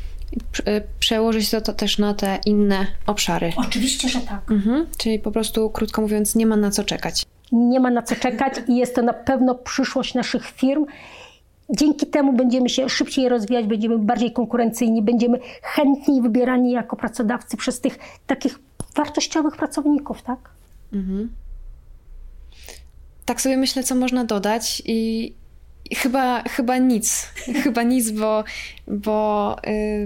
Speaker 2: Przełożyć to też na te inne obszary.
Speaker 3: Oczywiście, że tak.
Speaker 2: Czyli po prostu, krótko mówiąc, nie ma na co czekać.
Speaker 3: Nie ma na co czekać i jest to na pewno przyszłość naszych firm. Dzięki temu będziemy się szybciej rozwijać, będziemy bardziej konkurencyjni, będziemy chętniej wybierani jako pracodawcy przez tych takich wartościowych pracowników, tak?
Speaker 2: Tak sobie myślę, co można dodać i chyba nic. Chyba nic, bo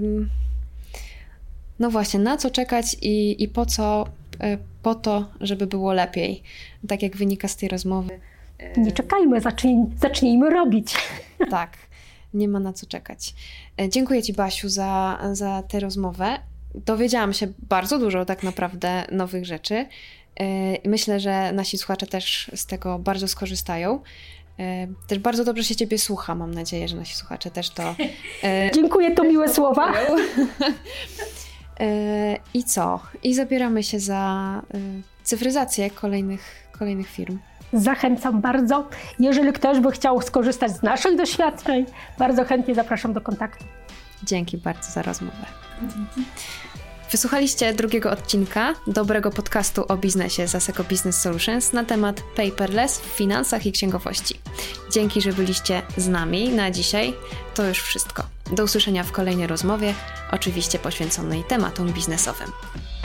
Speaker 2: no właśnie, na co czekać i po co? Po to, żeby było lepiej. Tak jak wynika z tej rozmowy.
Speaker 3: Nie czekajmy, zacznijmy robić.
Speaker 2: Tak, nie ma na co czekać. Dziękuję Ci, Basiu, za tę rozmowę. Dowiedziałam się bardzo dużo tak naprawdę nowych rzeczy. Myślę, że nasi słuchacze też z tego bardzo skorzystają. Też bardzo dobrze się Ciebie słucha. Mam nadzieję, że nasi słuchacze też to...
Speaker 3: Dziękuję, to miłe słowa.
Speaker 2: I co? I zabieramy się za cyfryzację kolejnych firm.
Speaker 3: Zachęcam bardzo. Jeżeli ktoś by chciał skorzystać z naszych doświadczeń, bardzo chętnie zapraszam do kontaktu.
Speaker 2: Dzięki bardzo za rozmowę. Wysłuchaliście drugiego odcinka dobrego podcastu o biznesie z Asseco Business Solutions na temat paperless w finansach i księgowości. Dzięki, że byliście z nami na dzisiaj. To już wszystko. Do usłyszenia w kolejnej rozmowie, oczywiście poświęconej tematom biznesowym.